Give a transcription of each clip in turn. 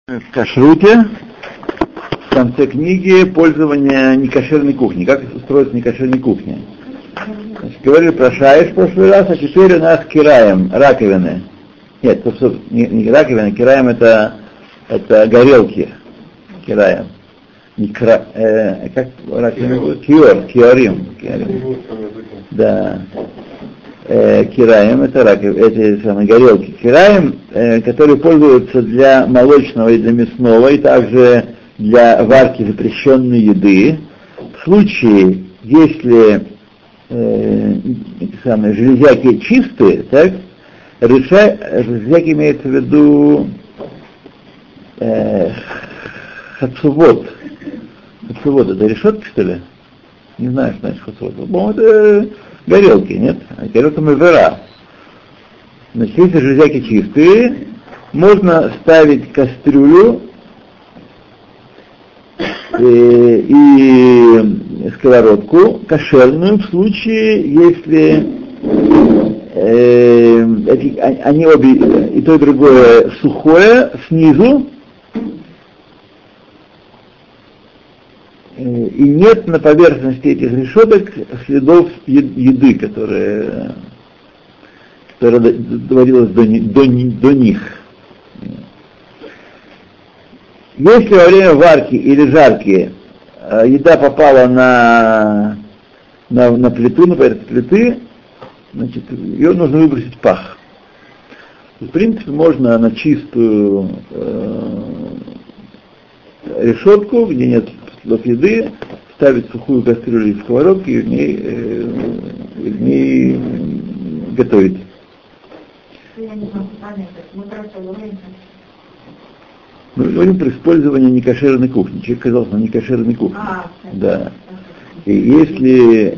В кашруте, в конце книги, пользование некошерной кухней. Как устроиться некошерной кухня? Значит, говорили про шаиш в прошлый раз, а теперь у нас кираем, раковины. Нет, не раковины, кираем это горелки. Кираем. Как раковины будут? Киорим. Да. Кираем, это раковины, эти самые горелки. Кираем, которые пользуются для молочного и для мясного, и также для варки запрещенной еды. В случае, если эти самые железяки чистые, так, железяки имеется в виду хацувот. Хацувот, это решетки, что ли? Не знаю, что значит хацувот. По-моему, это горелки, нет? Горелка мавера. Значит, если железяки чистые, можно ставить кастрюлю и сковородку кошерную в случае, если они обе, и то и другое сухое снизу, и нет на поверхности этих решеток следов еды, которая доводилась до них. Если во время варки или жарки еда попала на плиту, на поверхность плиты, значит, ее нужно выбросить в пах. В принципе, можно на чистую решетку, где нет следов еды, ставить сухую кастрюлю и сковородку и в ней готовить. Мы говорим про использование некошерной кухни. Человек оказался на некошерной кухне. Да. И если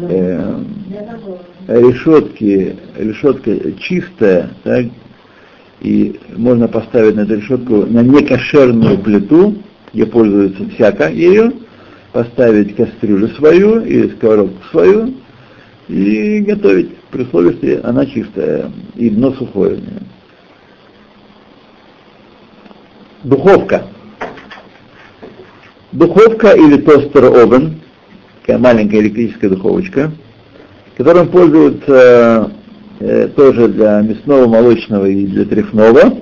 решетка чистая, так, и можно поставить на эту решетку на некошерную плиту, где пользуются всяко ею, поставить кастрюлю свою или сковородку свою и готовить, при условии, что она чистая и дно сухое. Духовка. Духовка или тостер-овен, такая маленькая электрическая духовочка, которым пользуются тоже для мясного, молочного и для трефного.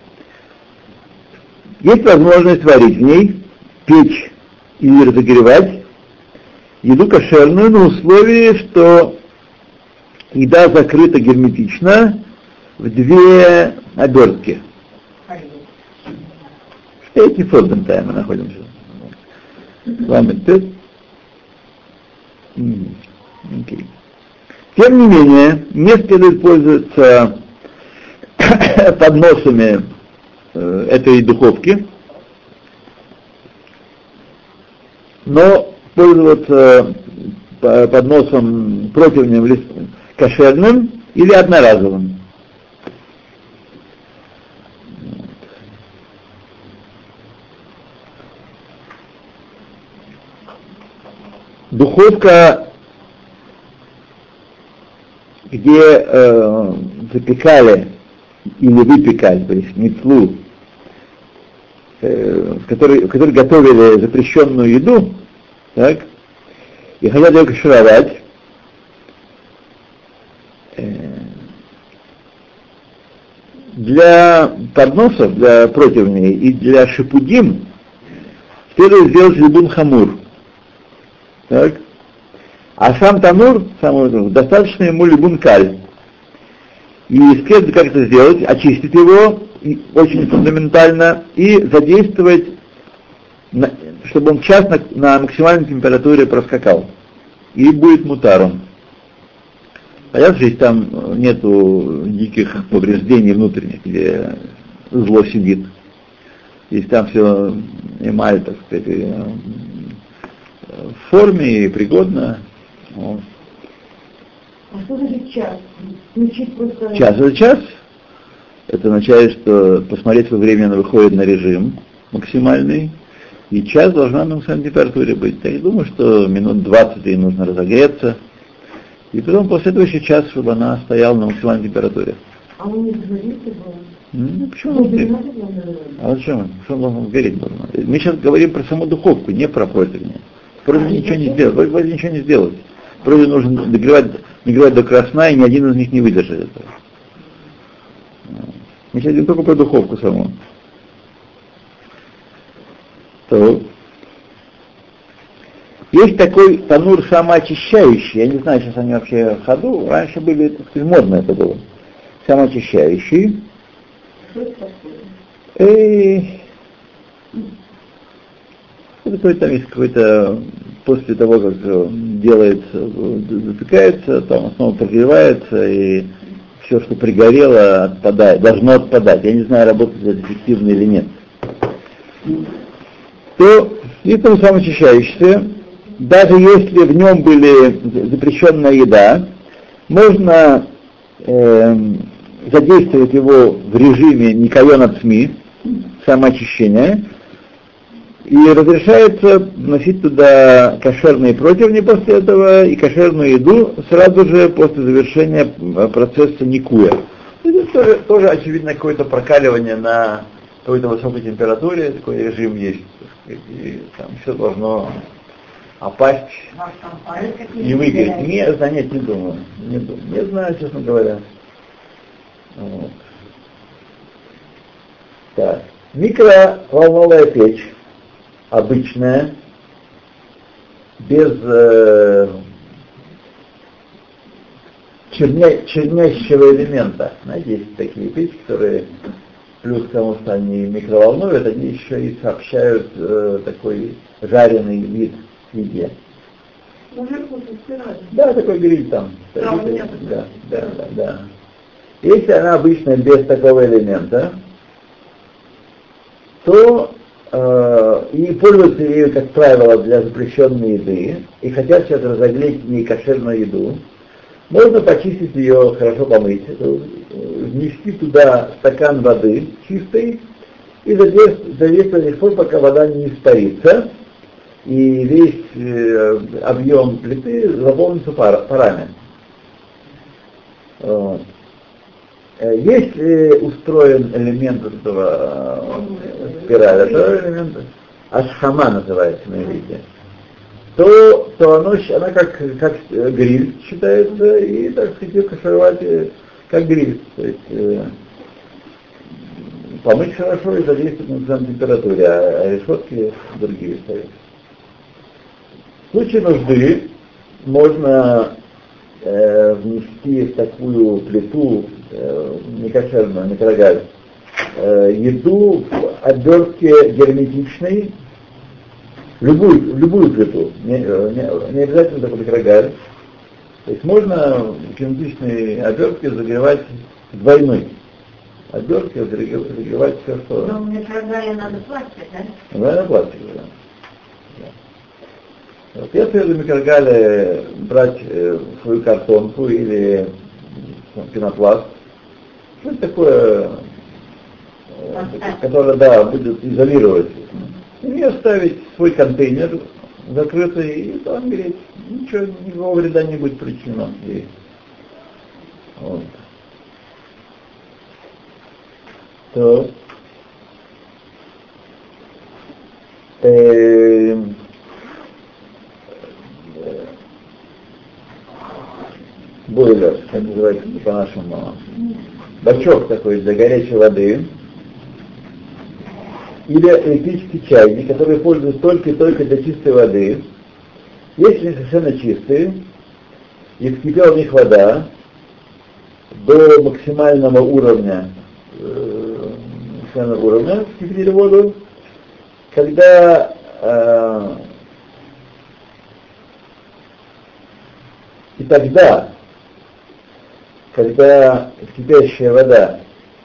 Есть возможность варить в ней, печь или разогревать еду кошерную на условии, что еда закрыта герметично в 2 обертки. Эти фордентайм мы находимся. Okay. Тем не менее, не следует пользоваться подносами этой духовки, но пользоваться подносом противнем кошерным или одноразовым. Духовка, где запекали или выпекали, то есть мицлу, в которой готовили запрещенную еду, так, и хотят ее кашировать, для подносов, для противней и для шипудим следует сделать либун хамур. Так. А сам танур, достаточно ему либун каль. И следует как это сделать, очистить его, очень фундаментально, и задействовать, чтобы он час на максимальной температуре проскакал. И будет мутаром. Понятно, что если там нету никаких повреждений внутренних, где зло сидит. Если там все эмаль, так сказать, в форме и пригодно. Вот. А что значит час? Включить просто... Час это час. Это означает, что посмотреть, во время она выходит на режим максимальный, и час должна на максимальной температуре быть. Я думаю, что минут 20 ей нужно разогреться, и потом после этого еще час, чтобы она стояла на максимальной температуре. А он не сгорит его? Ну, почему он сгорит? А зачем? Что он должен сгореть? Мы сейчас говорим про саму духовку, не про противни. Противни ничего не сделать. Вроде ничего не сделать. Противни нужно нагревать до красна, и ни один из них не выдержит этого. Мы сейчас говорим только про духовку саму. То. Есть такой танур самоочищающий, я не знаю, сейчас они вообще в ходу, раньше были, так сказать, модно это было. Самоочищающий. Что это такое? Это там есть какой-то, после того, как делается, запекается, там снова прогревается, и все, что пригорело, отпадает, должно отпадать. Я не знаю, работает это эффективно или нет. То это самоочищающийся. Даже если в нем были запрещенная еда, можно задействовать его в режиме никайон ацми, самоочищения, и разрешается носить туда кошерные противни после этого и кошерную еду сразу же после завершения процесса никуя. Это тоже очевидно какое-то прокаливание на какой-то высокой температуре, такой режим есть, и там все должно опасть и выгореть. Нет, не думаю. Не знаю, честно говоря. Вот. Так. Микроволновая печь обычная, без чернящего элемента. Знаете, есть такие печи, которые плюс к тому, что они микроволнуют, они еще и сообщают такой жареный вид еде. Да, такой гриль там. Да. Если она обычно без такого элемента, то и пользуются ею, как правило, для запрещенной еды, и хотят сейчас разогреть некошерную еду, можно почистить ее, хорошо помыть, внести туда стакан воды чистой и задержать до тех пор, пока вода не испарится, и весь объем плиты заполнится парами. Вот. Если устроен элемент этого спираля, этого элемента, ашхама называется на иврите, то она как гриль считается, и, так сказать, ее кашировать как гриль. То есть помыть хорошо и задействовать на определенной температуре, а решетки другие ставить. В случае нужды можно внести в такую плиту некошерную, микрогаль, еду в обертке герметичной, любую плиту, не обязательно такой микрогаль. То есть можно в герметичной обертке загревать двойной. Обертки загревать все, что... Но в микрогале надо пластик, да? Надо пластик, да. Вот если в микрогале брать свою картонку или пенопласт, что-то такое, которое, да, будет изолировать, и оставить свой контейнер закрытый и там греть. Ничего, никакого вреда не будет причинено ей. Вот. То. Бойлер, как называется по-нашему, бачок такой для горячей воды, или электрический чайник, который пользуется только и только для чистой воды. Если они совершенно чистые, и вскипела в них вода до максимального уровня, вскипятили воду, когда и тогда, когда кипящая вода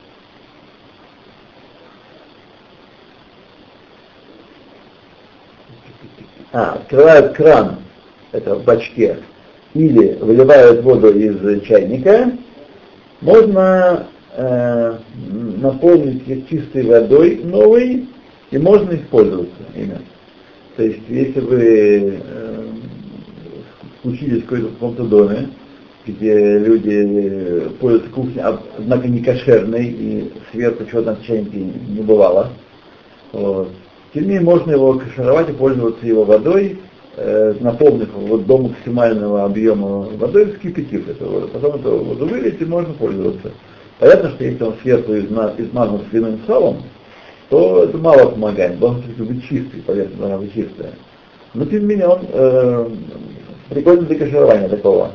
открывают кран, это в бачке, или выливают воду из чайника, можно наполнить их чистой водой новой, и можно использоваться ими. То есть, если вы случились в каком-то доме, где люди пользуются кухней, однако не кошерной, и сверху чего-то на чайнике не бывало. Вот. Тем не менее, можно его кашировать и пользоваться его водой, наполнив его до максимального объема водой, вскипятив эту воду. Потом эту воду вылить и можно пользоваться. Понятно, что если он сверху измазан свиным салом, то это мало помогает. Должен быть чистый, поверхность должна быть чистая. Но тем не менее он пригоден для каширования такого.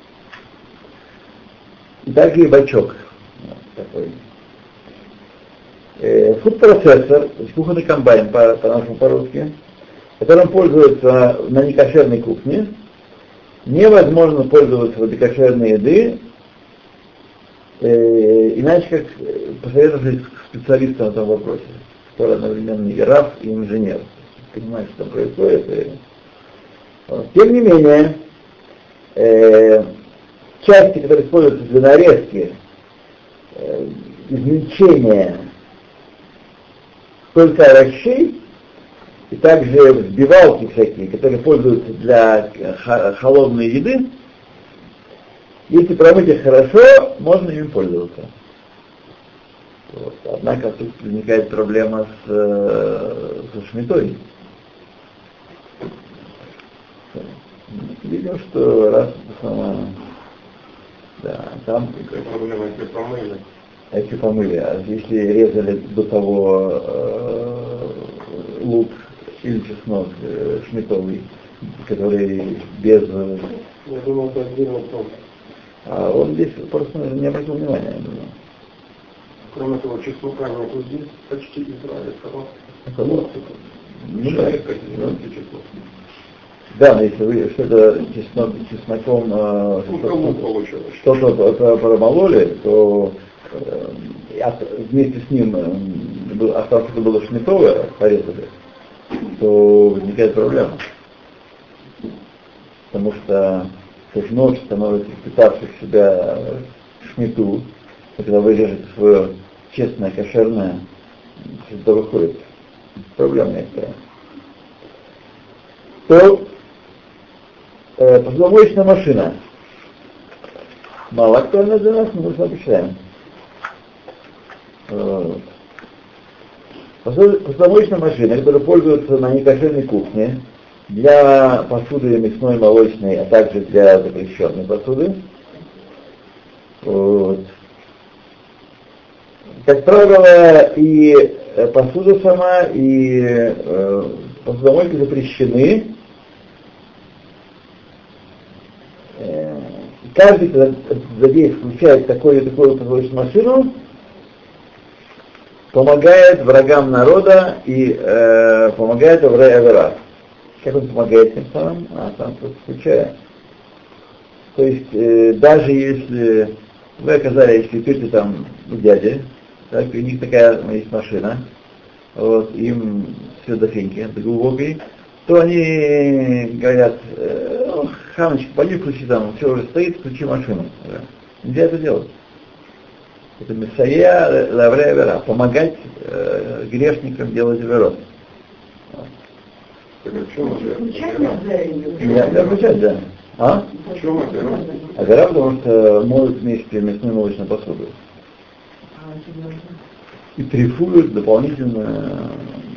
И также и бачок такой. Фуд-процессор, то есть кухонный комбайн по-нашему по-русски, которым пользуются на некошерной кухне, невозможно пользоваться в некошерной еды, иначе как посоветовавшись к специалистам в этом вопросе, который одновременно и раб, и инженер. Понимаешь, что там происходит. Тем не менее, части, которые используются для нарезки, измельчения только овощей, и также взбивалки всякие, которые пользуются для холодной еды, если промыть их хорошо, можно ими пользоваться. Вот. Однако тут возникает проблема со шмитой. Видим, что раз да, там проблема, если помыли. Если помыли, а если резали до того лук или чеснок шмитовый, который без... Я думал, это отдельно том. А он здесь просто не обратил внимания, я думаю. Кроме того, чеснока нету здесь почти Израиль. Ну да. Да, но если вы что-то чесноком что-то промололи, то вместе с ним осталось это было шмитовое, порезали, то возникает проблема. Потому что как нож становится впитавший в себя шмиту, и когда вы режете свое честное, кошерное, что выходит. Проблема некоторая. То посудомоечная машина. Мало актуальна для нас, но мы с вами почитаем. Посудомоечная машина, которая пользуется на некошерной кухне для посуды мясной, молочной, а также для запрещенной посуды. Вот. Как правило, и посуда сама, и посудомойки запрещены. Каждый, когда включает такую посудомоечную машину, помогает врагам народа и помогает Аврей Авера. Как он помогает тем самым? Сам включая. То есть, даже если вы оказались, если пишете там у дяди, так, у них такая есть машина, вот, им все до феньки, до глубокой, то они говорят, Ханочка, пойди включи там, все уже стоит, включи машину. Нельзя это делать. Это Мессия Лаврея Вера, помогать грешникам делать верот. Включать, включать, да. А? Почему Авера? Авера, потому что моют вместе мясную и молочную посуду. И трифуют дополнительно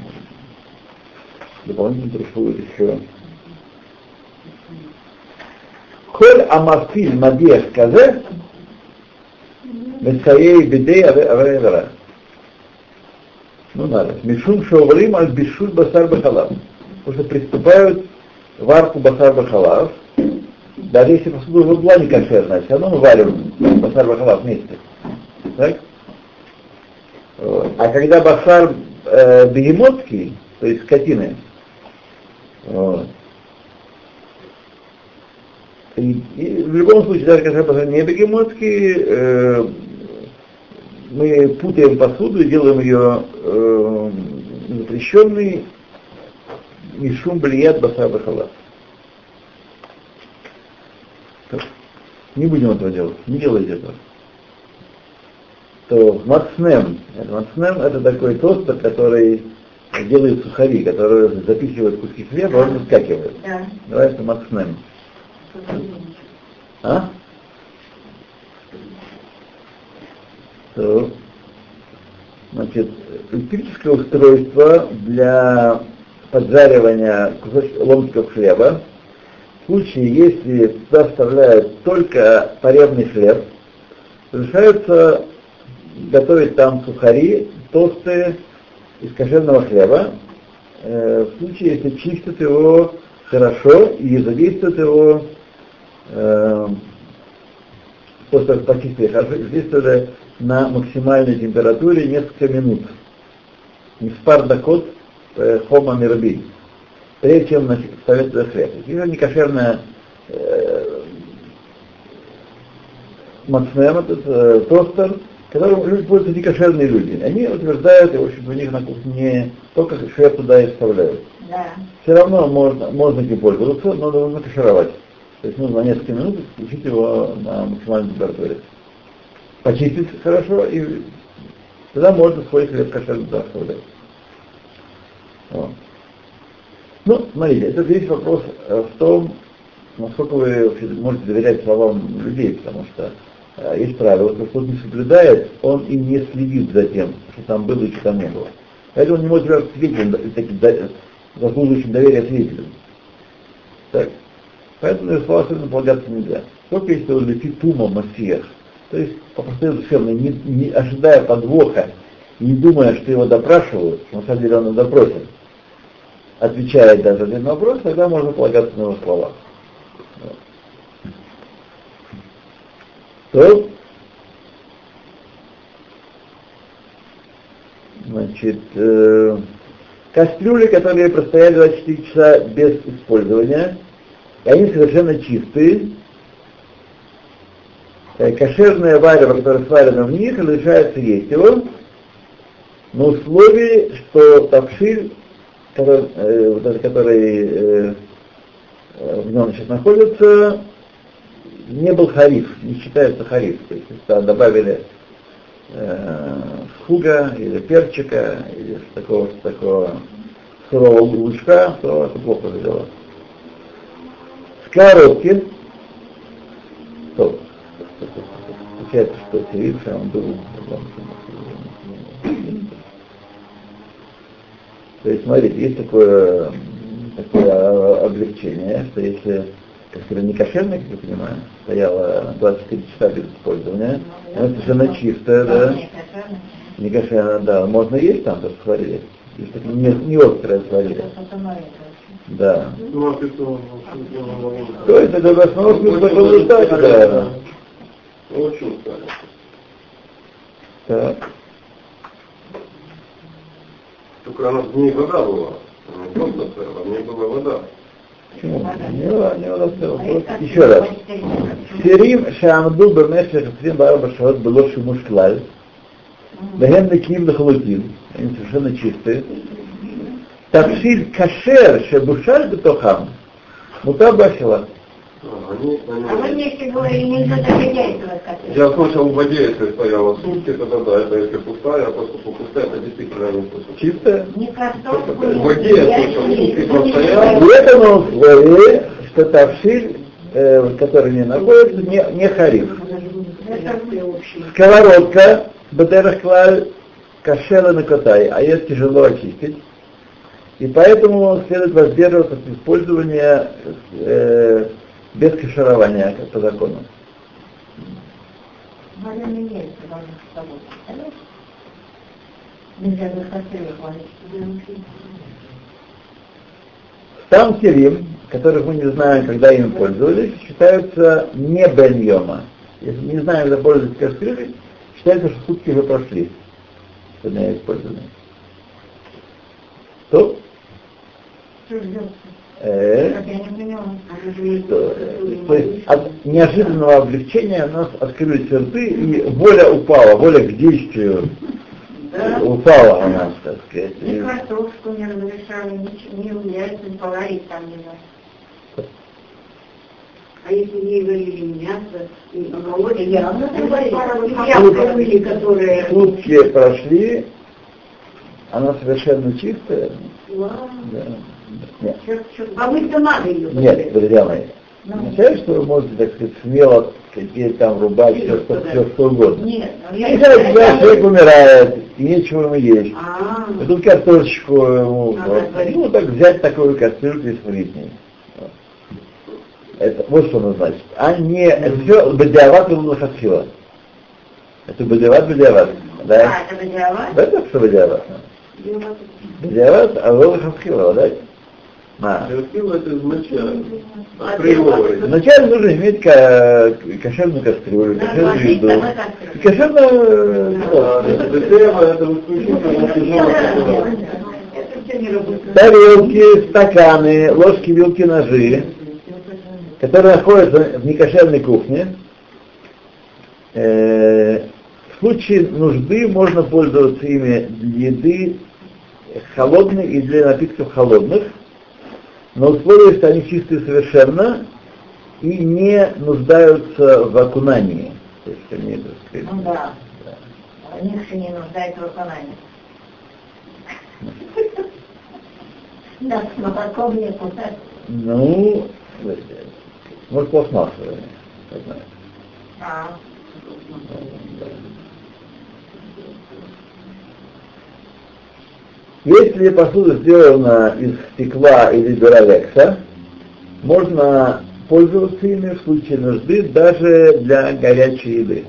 трифуют еще. Коль амафиль мадех казе, месаей бедей авера. Ну надо. Мишум шоурим аль бишут басар бахалав. Потому что приступают в варку басар бахалав. Даже если посуда уже была не кошерная, все равно мы варим басар бахалав вместе. Так? Вот. А когда басар бегемотский, то есть скотины, вот. И в любом случае, даже когда басар не бегемотский, мы путаем посуду и делаем ее запрещенной мишум блият басар бахалав. Не будем этого делать, не делайте этого. То мацнем это такой тостер, который делает сухари, который запихивает куски хлеба, он выскакивает. Да. Называется мацнем. А? Значит, электрическое устройство для поджаривания ломтиков хлеба, в случае, если туда вставляют только порезанный хлеб, разрешается готовить там сухари, тосты из кошерного хлеба, в случае, если чистят его хорошо и задействуют его, после того, как почистили хорошо, задействовали на максимальной температуре несколько минут. Миспар дакот хома мирби. Прежде чем ставить туда хлеб. Если некошерная мацнем, этот тостер, которым люди пользуются некошерные люди. Они утверждают, и в общем у них на кухне только хлеб туда и вставляют. Да. Все равно можно им пользоваться, но нужно кашировать. То есть нужно на несколько минут включить его на максимальной температуре. Почистить хорошо, и тогда можно свой хлеб кошерный туда вставлять. Вот. Ну, смотрите, это весь вопрос в том, насколько вы можете доверять словам людей, потому что есть правило, что кто-то не соблюдает, он и не следит за тем, что там было и что там не было. Поэтому он не может быть свидетелем, заслуживающим доверия свидетелем. Так. Поэтому на слова особенно полагаться нельзя. Только если он летит тума массиях, то есть по-простому совершенно не ожидая подвоха, не думая, что его допрашивают, что на самом деле он допросит, отвечает даже на вопрос, тогда можно полагаться на его слова. То, значит, кастрюли, которые простояли 24 часа без использования, и они совершенно чистые, кошерное варево, которое сварено в них, разрешается есть его, на условии, что тавшиль, который в нем сейчас находится, не был хариф, не считается хариф. То есть если добавили фуга или перчика, или такого сырого лучка, то это плохо дело. Сковородки, то получается, что хариф, он был. То есть, смотрите, есть такое облегчение, что если, как сказать, не кошерная, как я понимаю, стояла 24 часа без использования, она совершенно чистая, да, не кошерная, да, можно есть там, то, что сварили, если не острое сварили. Да. То есть это в основном смысл такого ждать, да. Очень устали. Так. Только она в ней вода была. Она не просто стояла, в ней была вода. Почему? Не вода стояла. Еще раз. Серим шамду бемешех 24 шавот было шимуш клаль. Бехем наким лахалутин. Они совершенно чистые. Тавшиль кашер шебушаль бетохам. Мута башила. А вы вместе говорили, нельзя доверять этого. Я слышал, в воде, если стояла сутки, тогда да, это если пустая, а поскольку пустая, это действительно не слышал. Чистая? Не картошку, В воде я слышал, сутки простояла. В этом условии, что тавшиль, который не находится, не хариф. Сковородка, бетерах клаль, кашела на котай, а ее тяжело очистить. И поэтому следует воздерживаться от использования без каширования, как по закону. Вареное яйцо должно с собой поставить. Нельзя захотели хвалить. Там селим, которых мы не знаем, когда им пользовались, считаются не бен-йома. Если мы не знаем, когда пользовались кастрюлей, считается, что сутки уже прошли, когда они использованы. То? То есть от неожиданного облегчения у нас открылись рты, и воля упала, воля к действию упала у нас, так сказать. Ни картошку не разрешали, ни яйца, ни поварить там не надо. А если не варили мясо, были, которые... Сутки прошли, она совершенно чистая. Да. Нет. А вы-то надо ее? Нет, друзья мои. Означает, что вы можете, так сказать, смело какие там рубать все что угодно. Нет, и когда человек умирает, и нечего ему есть. А, И тут картошечку ему, Надо сварить. ну так взять такую кастрюльку и сварить в ней. Это вот что оно значит. А не, это все бадиават и лохатхила. Это бадиават, да? это бадиават? Это что бадиават? Бадиават, а лохатхила, да? Кастрюля это изначально. А Вначале нужно иметь кошерную кастрюлю, кошерную еду. И кошерную... Это исключительно Это все не работает. Тарелки, стаканы, ложки, вилки, ножи, которые находятся в некошерной кухне. В случае нужды можно пользоваться ими для еды холодной и для напитков холодных, но условие, что они чистые совершенно и не нуждаются в окунании. То есть они, так сказать, Ну да. У них же не нуждается в окунании. Да, с молоком не кусать. ну, может, пластмассовые, не знаю. А, Если посуда сделана из стекла или дуралекса, можно пользоваться ими в случае нужды даже для горячей еды.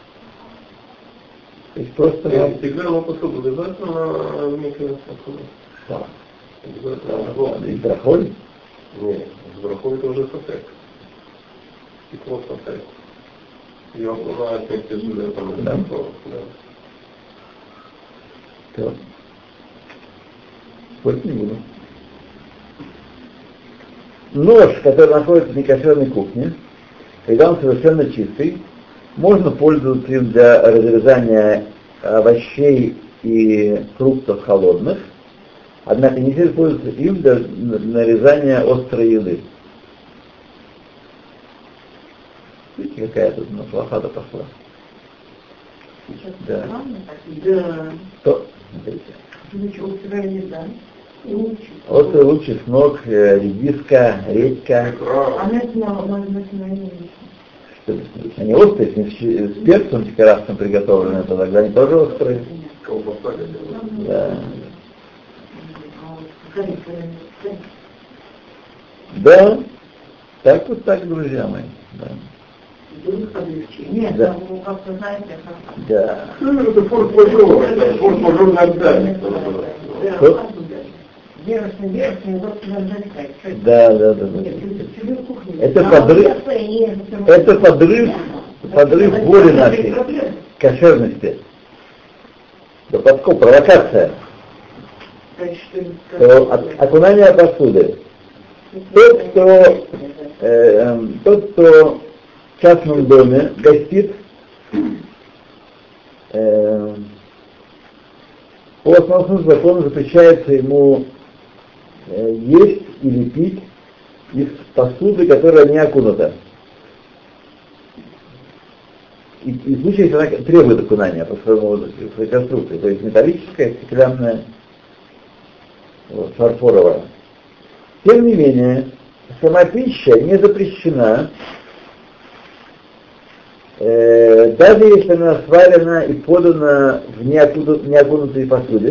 То есть просто... Стеклянную посуду обязательно в микросхове? Да. Обязательно. И проходит. Нет, с брахой это уже сосед. Стекло сосед. Ее окунают вместе с железом. Да. Да. То. Спорить не буду. Нож, который находится в некошерной кухне, когда он совершенно чистый, можно пользоваться им для разрезания овощей и фруктов холодных, однако нельзя пользоваться им для нарезания острой еды. Видите, какая тут лохата пошла? Да. да. То, смотрите. Острая еда. Острый лук, чеснок, редиска, редька. А национальные. Они острые, с перцем красным приготовлены, то тогда они тоже острые. Колбаса Да. Да, так вот так, друзья мои. Да. Нет, Да. ну как-то знаете, Да. Ну, это форс-мажор, это форс-мажорное обстоятельство. Что? Верхний, вот надо сказать. Да. Это подрыв воли нашей, кошерности. Да подкоп, провокация. Окунание посуды. Тот, кто в частном доме гостит, по основному закону запрещается ему есть или пить из посуды, которая не окунута. И в случае, если она требует окунания по своей конструкции, то есть металлическая, стеклянная, вот, фарфоровая. Тем не менее, сама пища не запрещена, даже если она сварена и подана в неокунутой посуде,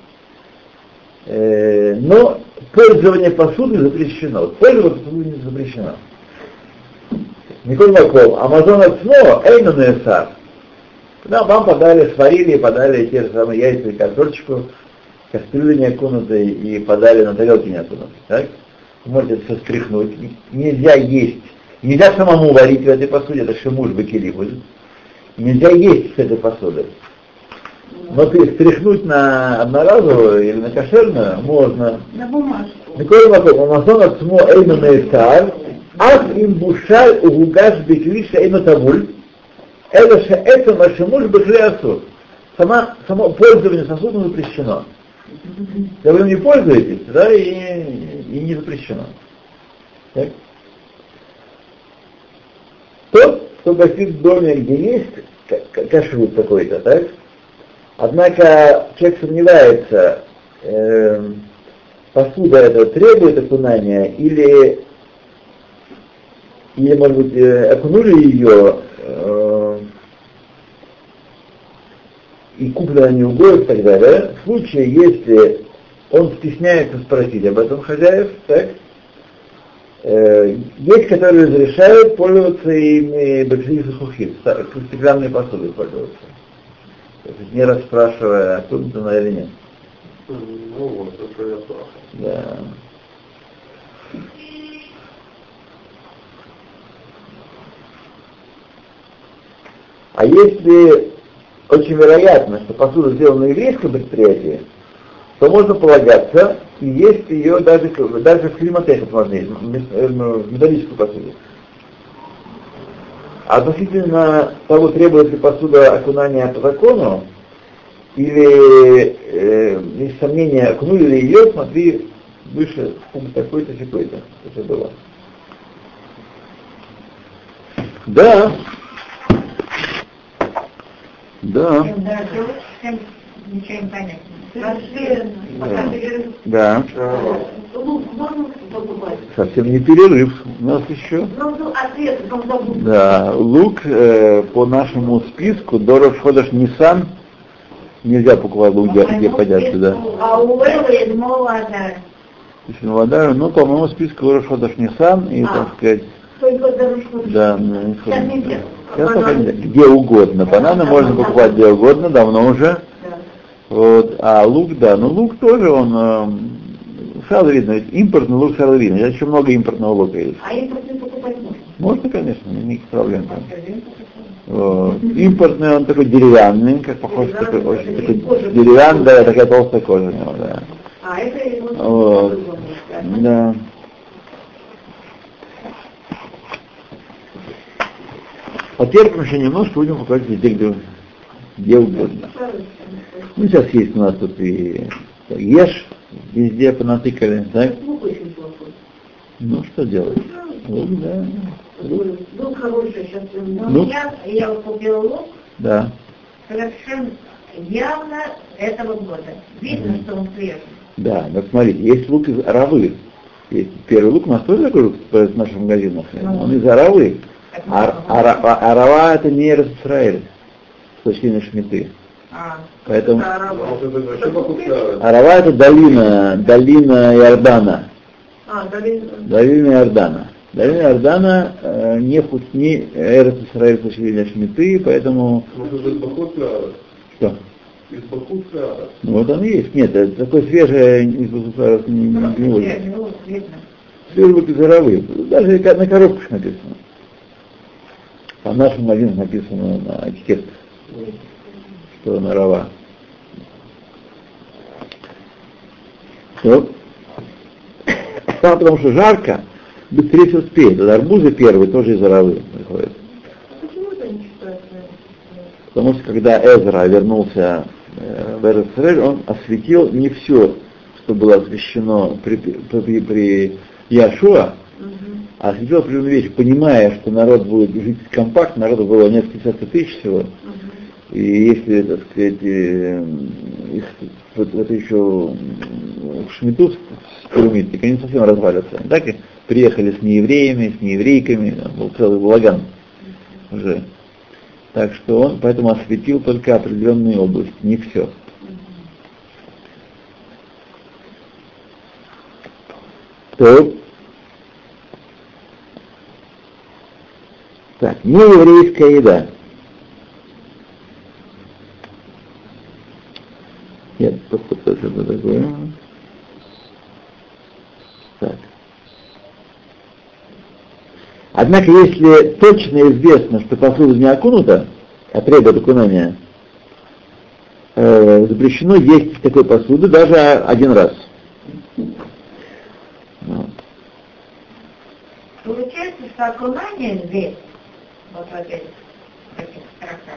но пользование посудой запрещено. Пользоваться посудой не запрещено. Николь Маком, Амазон Ацмо, Эйну Несар. Когда вам подали, сварили и подали те же самые яйца и картошечку, кастрюли не окунутые и подали на тарелке не окунутые. Так? Вы можете это все стряхнуть. Нельзя есть. Нельзя самому варить в этой посуде, это шимуш бакели будет. Нельзя есть с этой посуды. Но стряхнуть на одноразовую или на кошерную можно. На бумажку. Николай Маком, Амазон Ацмо Эйну Несар, Ах им бушаль угугаш беквиша эйну табуль, это же это машимуш бекли асур. Само пользование сосудом запрещено. Когда вы им не пользуетесь, да, и не запрещено. Так? Тот, кто гостит в доме, где есть кашрут какой-то, так? Однако человек сомневается, посуда эта требует окунания или может быть, окунули ее, и куплено не угодит и так далее, в случае, если он стесняется спросить об этом хозяев, так, есть, которые разрешают пользоваться ими баксилис хухит, стеклянной посудой пользоваться. То есть не расспрашивая, откуда она или нет. Ну вот, это я спрашиваю. Да. А если очень вероятно, что посуда сделана на еврейском предприятии, то можно полагаться и есть ее даже в климатехе можно есть, в металлическую посуду. А относительно того, требует ли посуда окунания по закону, или есть сомнения, окунули ли ее, смотри выше пункт такой-то, такой-то, это было. Да. Да. Ничего не понятно. Да. Лук можно покупать? Совсем не перерыв. У нас еще. Да. Лук по нашему списку до Рош-ходеш Нисан нельзя покупать лук, где ходят сюда. А у Эллы и Молодар. Молодар, ну, по-моему, список Рош-ходеш Нисан и, так сказать. Только до Рош-ходеш. Да, где угодно. Бананы можно покупать где угодно, давно уже. Вот, а лук, да, но лук тоже он сразу видно, ведь импортный лук сразу видно. Сейчас еще много импортного лука есть. А импортный покупать можно? Можно, конечно, никаких проблем там. Вот. Импортный он такой деревянный, как похож, такой, очень такой деревянный, да, такая толстая кожа у него, да. А это вот. Да. Потерпим еще немножко, будем покупать везде, где угодно. Ну, сейчас есть у нас тут и ешь, везде понатыкали, так? Ну, что делать? Лук, да. Лук хороший сейчас. Ну? Я купила лук. Да. Совершенно явно этого года. Видно, что он свежий. Да, вот смотрите, есть лук из аравы. Есть первый лук у нас тоже такой лук в наших магазинах. Он из аравы. Арава это не Израиль, с точки зрения шмиты. Поэтому Арава это долина Иордана. Долина Иордана. Долина Иордана не Эрец Исраиль с точки зрения шмиты, поэтому... Что? Ну вот он есть. Нет, это такой свежий из Бахутара не очень. Свежий лук из Аравы. Даже на коробках написано. А в нашем магазине написано на этикетках, что он Арава. Потому что жарко, быстрее все успеет. Арбузы первые тоже из Аравы приходят. Почему это не считается? Потому что когда Эзра вернулся в Эрец-Исраэль, он осветил не все, что было освящено при Яшуа, а осветил определенную вещь, понимая, что народ будет жить компактно, народу было несколько тысяч всего, и если, так сказать, их вот еще в шмиту струмить, так они совсем развалятся. Так и приехали с неевреями, с нееврейками, был целый балаган уже. Так что он поэтому осветил только определенные области, не все. Так, нееврейская еда. Нет, что такое? Так. Однако, если точно известно, что посуда не окунута, а требует окунания, запрещено есть такой посуды даже один раз. Получается, что окунание здесь, вот в этих строках,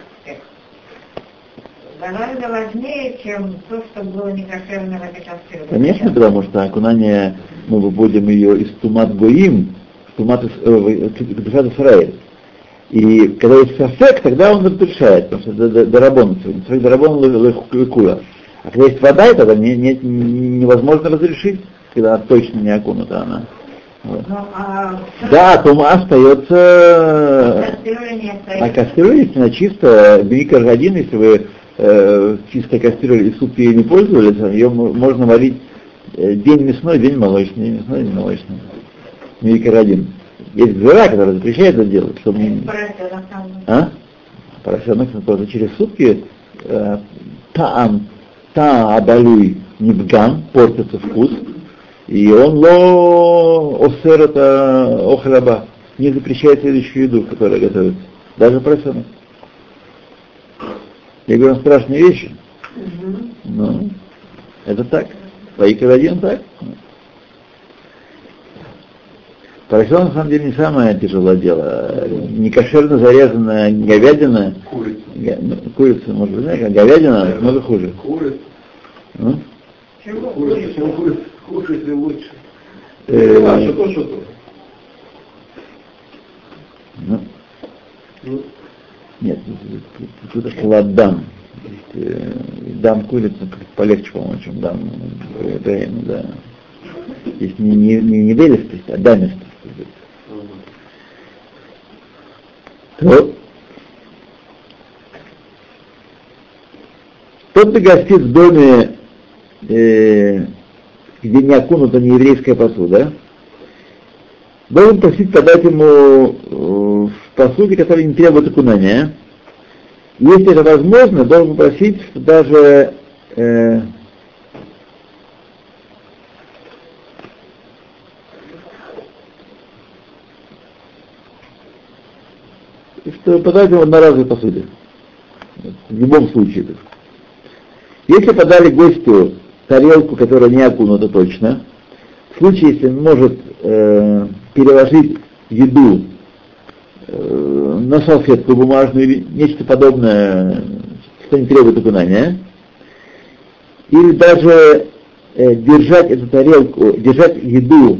гораздо важнее, чем то, что было некошерно в этой кастрюле. Конечно, потому что окунание, мы выводим ее из тумат гоим, в тумат Исраэль. И когда есть сафек, тогда он разрешает, потому что дарабон лыкула. А когда есть вода, тогда невозможно разрешить, когда она точно не окунута она. Вот. Да, тума остается, а кастрюля, если она чисто, бери каждый один, если вы чистая кастрюля и суп ей не пользовались, ее можно варить день мясной, день молочный, день мясной, день молочный. Микродин. Есть гзера, которая запрещает это делать, чтобы... Поросенок тоже через сутки таабалуй нибган, портится вкус, и он осер это охраба, не запрещает следующую еду, которая готовится. Даже поросенок. Я говорю, страшные вещи. Ну, это так. Ваикар 1 так. Поросенок, на самом деле, не самое тяжелое дело. Некошерно зарезанная говядина. Курица, может быть, знаете, говядина много хуже. Курица. Чем курица лучше? Что? Нет, тут ладдам. Дам курица полегче, по-моему, чем дам говядина, да. Здесь не велистость, а дамистость. Тот, кто гостит в доме, где не окунута нееврейская посуда, должен просить подать ему в посуде, которая не требует окунания. Если это возможно, должен просить, что даже что подать ему в одноразовой посуде. В любом случае. Если подали гостю тарелку, которая не окунута точно, в случае, если он может переложить еду на салфетку бумажную или нечто подобное, что не требует окунания, или даже держать эту тарелку, держать еду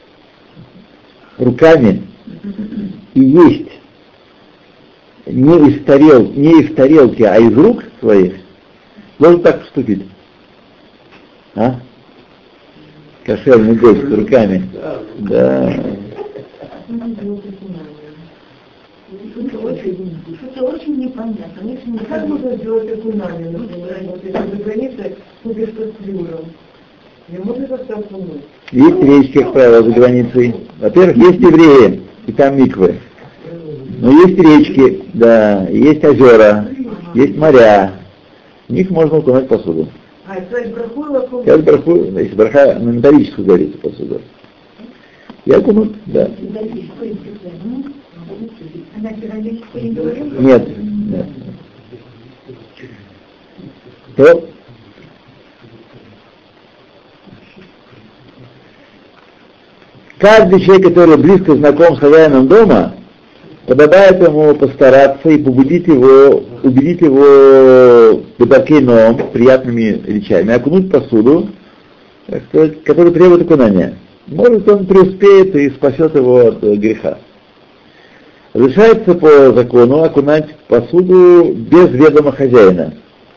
руками и есть не из тарелки, а из рук своих, должен так поступить. А? Кошерный гость с руками. Да. Что-то очень непонятно. Как можно сделать окунание, например, вот если за границей купишь с люром? Не можно как-то окунуть? Есть речки, как правило, за границей. Во-первых, есть евреи, и там миквы. Но есть речки, да, есть озера, есть моря. В них можно окунать посуду. А, это браху или окунуть? Это браху, если браха на металлическую говорится посуду. Я окунут, да. Нет. То каждый человек, который близко знаком с хозяином дома, подобает ему постараться и убедить его бедакейном, приятными речами, окунуть посуду, так сказать, которая требует окунания. Может, он преуспеет и спасет его от греха. Разрешается по закону окунать посуду без ведома хозяина.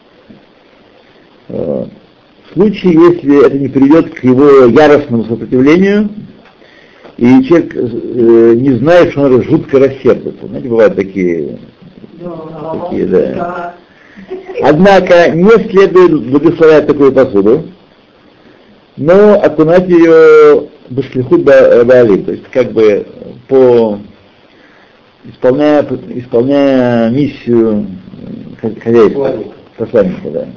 В случае, если это не приведет к его яростному сопротивлению, и человек не знает, что он жутко рассердится. Знаете, бывают такие, да. Однако не следует благословлять такую посуду, но окунать ее башлихут баалим, то есть как бы исполняя миссию хозяйства, посланника, да.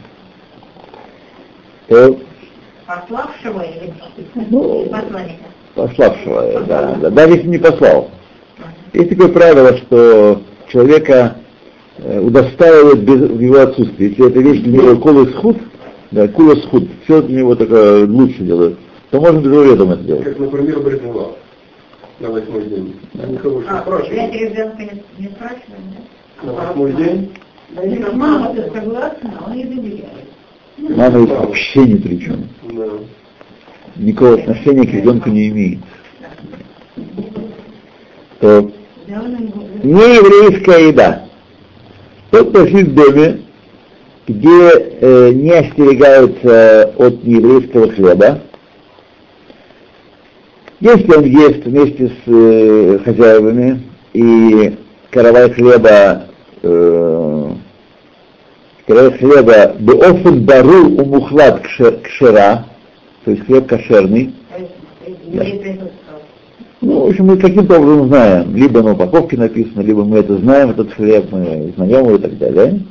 Пославшего или посланника? Пославшего, да, даже если не послал. Есть такое правило, что человека удостаивают в его отсутствии. Если эта вещь для него кула-схуд, все для него только лучше делают, то можно без его ведома это делать. Как, например, Брезила на 8-й день. Никого не спрашивает. Ребенка не спрашивает, да? На 8-й день? Мама-то согласна, он не доверяет. Мама ведь вообще ни при чем. Да. Никакого отношения к ребенку не имеет. То нееврейская еда. Тот, кто жит в доме, где не остерегаются от нееврейского хлеба, если он ест вместе с хозяевами и каравай хлеба, Когда хлеба беофен бару умухлад кшера, то есть хлеб кошерный. Ну, в общем, мы каким-то образом знаем. Либо на упаковке написано, либо мы это знаем, этот хлеб, мы знаем его и так далее.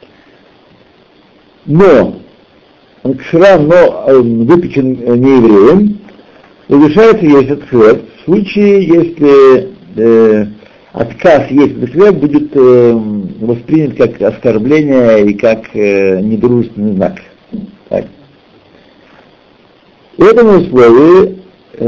Но кшера, но выпечен неевреем, разрешается есть этот хлеб в случае, если отказ есть этот хлеб будет воспринят как оскорбление и как недружественный знак. Так. И этому условии,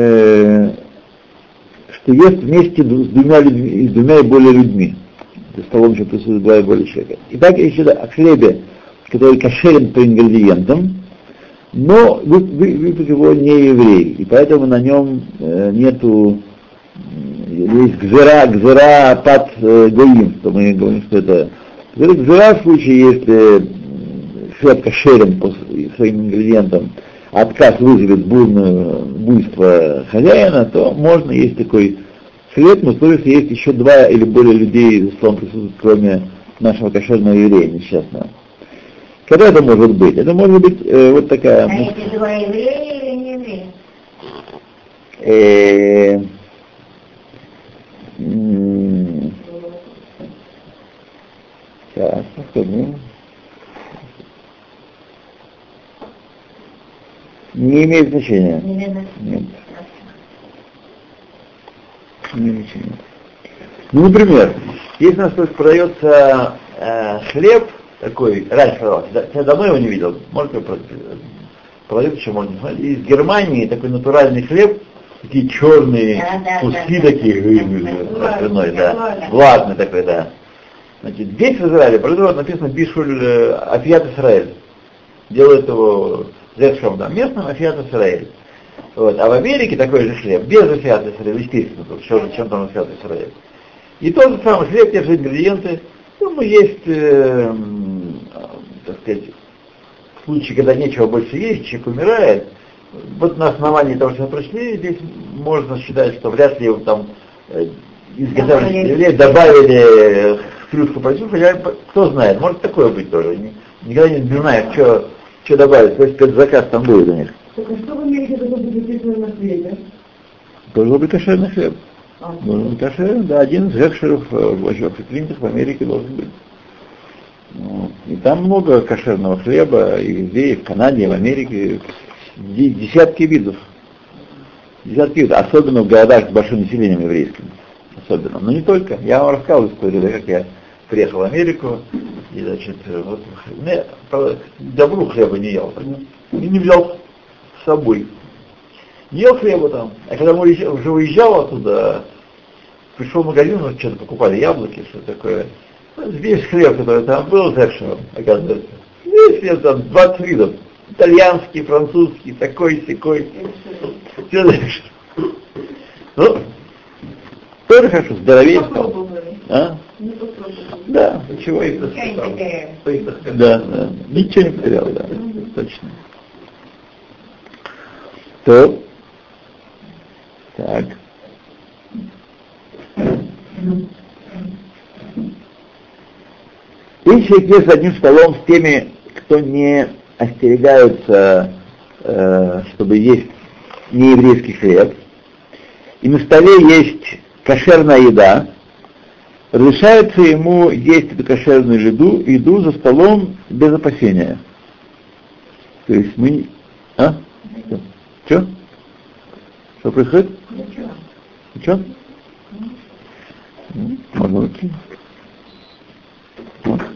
что ест вместе с двумя и более людьми. За столом еще присутствует два и более человека. Итак, еще о хлебе, который кошерен по ингредиентам, но выпек его не еврей, и поэтому на нем нету, есть гзера пат гоим, что мы говорим, что это гзера в случае, если хлеб кошерен по своим ингредиентам, отказ вызовет буйство хозяина, то можно есть такой хлеб, но условие, если есть еще два или более людей за столом присутствуют, кроме нашего кошерного еврея несчастного. Когда это может быть? Это может быть вот такая... А эти два еврея или не евреи? Сейчас, посмотрим. Не имеет значения. Нет. Не имеет значения. Ну, например, если у нас продается хлеб, такой, раньше продавался, я давно его не видел, может быть, продают еще можно. Из Германии такой натуральный хлеб, такие черные куски такие, влажный такой, да. Значит, здесь в Израиле продают, написано Бишуль Афиат Исраэль. Делают его зершом, да, местным Афиат Исраэль. Вот. А в Америке такой же хлеб, без Афиат Исраэль, естественно, чем там Афиат Исраэль. И тот же самый хлеб, те же ингредиенты. Ну, есть, так сказать, случаи, когда нечего больше есть, человек умирает. Вот на основании того, что мы прочли, здесь можно считать, что вряд ли его там изготовили, добавили хрюшку продюсера, хотя кто знает, может такое быть тоже. Никогда не знаешь, что добавить, то есть спецзаказ там будет у них. Так а что в Америке должно быть написано на хлебе? Должен быть кошерный хлеб. Должен быть кошерный, да, один из гекшеров в Америке должен быть. Вот. И там много кошерного хлеба, и везде, и в Канаде, и в Америке, десятки видов. Особенно в городах с большим населением еврейским. Особенно. Но не только. Я вам рассказывал историю, да, как я приехал в Америку, и, значит, вот, давно хлеба не ел, и не взял с собой. Не ел хлеба там. А когда уже уезжал оттуда, пришел в магазин, вот что-то покупали, яблоки, что такое. Весь хлеб, который там был, зершевым, оказывается. Весь хлеб там 20 видов. Итальянский, французский, такой-сякой. Все зершевым. Ну, тоже хорошо, здоровее стал. А? Да, ничего и да, ничего не потерял, да, точно. То. Так. Если человек ест одним столом с теми, кто не остерегаются, чтобы есть нееврейский хлеб, и на столе есть кошерная еда, разрешается ему есть эту кошерную еду за столом без опасения. То есть мы... А? Что? Что происходит? Ничего? Можно уйти. Вот.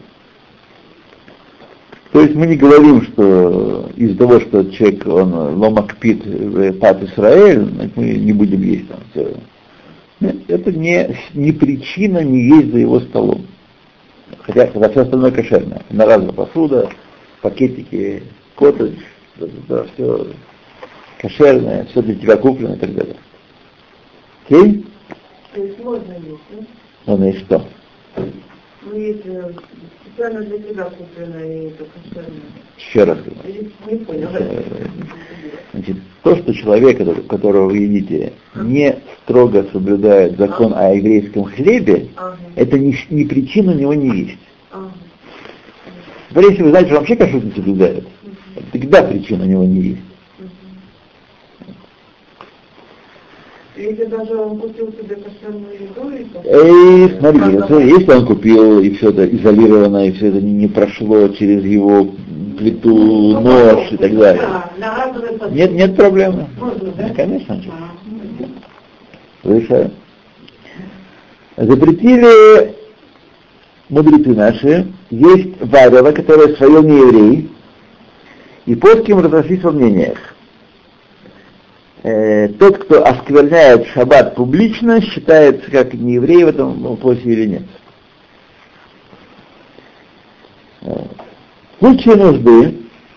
То есть мы не говорим, что из-за того, что человек, он ломакпит пат Исраэль, мы не будем есть там все. Нет, это не причина не есть за его столом. Хотя все остальное кошерное. Одноразовая посуда, пакетики, коттедж, да, все кошерное, все для тебя куплено и так далее. Окей? То есть можно есть, да? Можно есть что? Ну, если специально для тебя куплено и это кошерное. Еще раз говорю. Не понял. Значит, то, что человек, которого вы едите, не строго соблюдает закон о еврейском хлебе, это не причина у него не есть. Теперь, если вы знаете, что вообще кашрут не соблюдает, тогда причин у него не есть. Если даже он купил себе кошерную еду, смотрите, если он купил, и все это изолировано, и все это не прошло через его плиту, нож и так далее. Нет проблемы. Можно, да? Конечно. Решаю. Запретили мудрецы наши, есть варево, которое свое не еврей, и поским разошлись во мнениях. Тот, кто оскверняет шаббат публично, считается как не еврей в этом вопросе или нет. В случае нужды,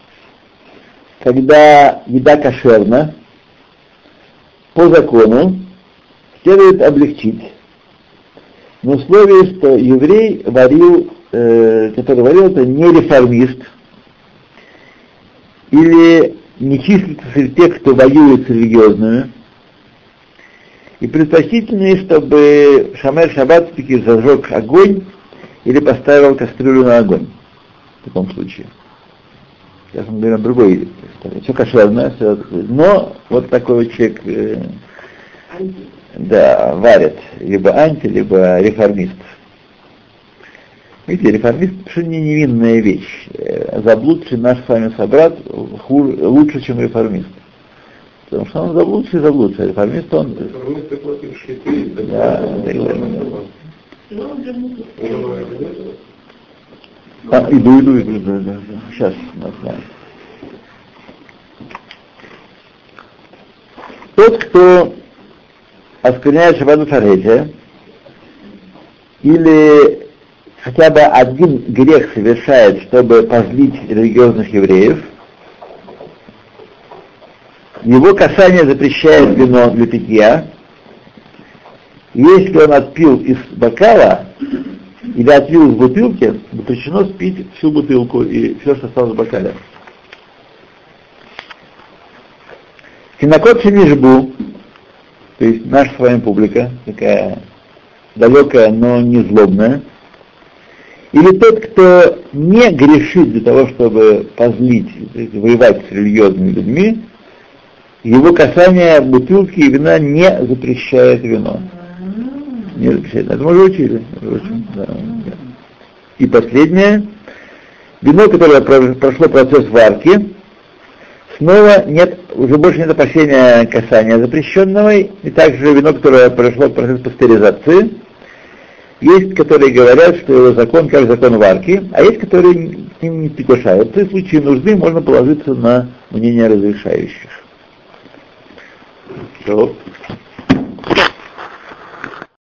когда еда кошерна, по закону следует облегчить, на условии, что еврей варил, который варил, это не реформист, или не числится среди тех, кто воюет с религиозными, и предпочтительнее, чтобы шамер шаббат таки зажег огонь или поставил кастрюлю на огонь в таком случае. Сейчас мы говорим о другой истории. Все кошерное, все, но вот такой вот человек варит либо либо реформист. Видите, реформист совершенно невинная вещь. Заблудший наш с вами собрат лучше, чем реформист. Потому что он заблудший, а реформист он... Реформисты платят Иду. Сейчас, знаю. Тот, кто оскверняет шаббат бефареджа, или хотя бы один грех совершает, чтобы позлить религиозных евреев, его касание запрещает вино для питья. Если он отпил из бокала или отпил из бутылки, запрещено спить всю бутылку и все, что осталось в бокале. Кинокот Шемишбу, то есть наша с вами публика, такая далекая, но не злобная, или тот, кто не грешит для того, чтобы позлить, то есть воевать с религиозными людьми, его касание бутылки и вина не запрещает вино. Не запрещает. Это мы уже учили. Да. И последнее. Вино, которое прошло процесс варки, снова уже больше нет опасения касания запрещенного, и также вино, которое прошло процесс пастеризации. Есть, которые говорят, что его закон как закон варки, а есть, которые с ним не соглашаются. И в случае нужды можно положиться на мнение разрешающих. Все.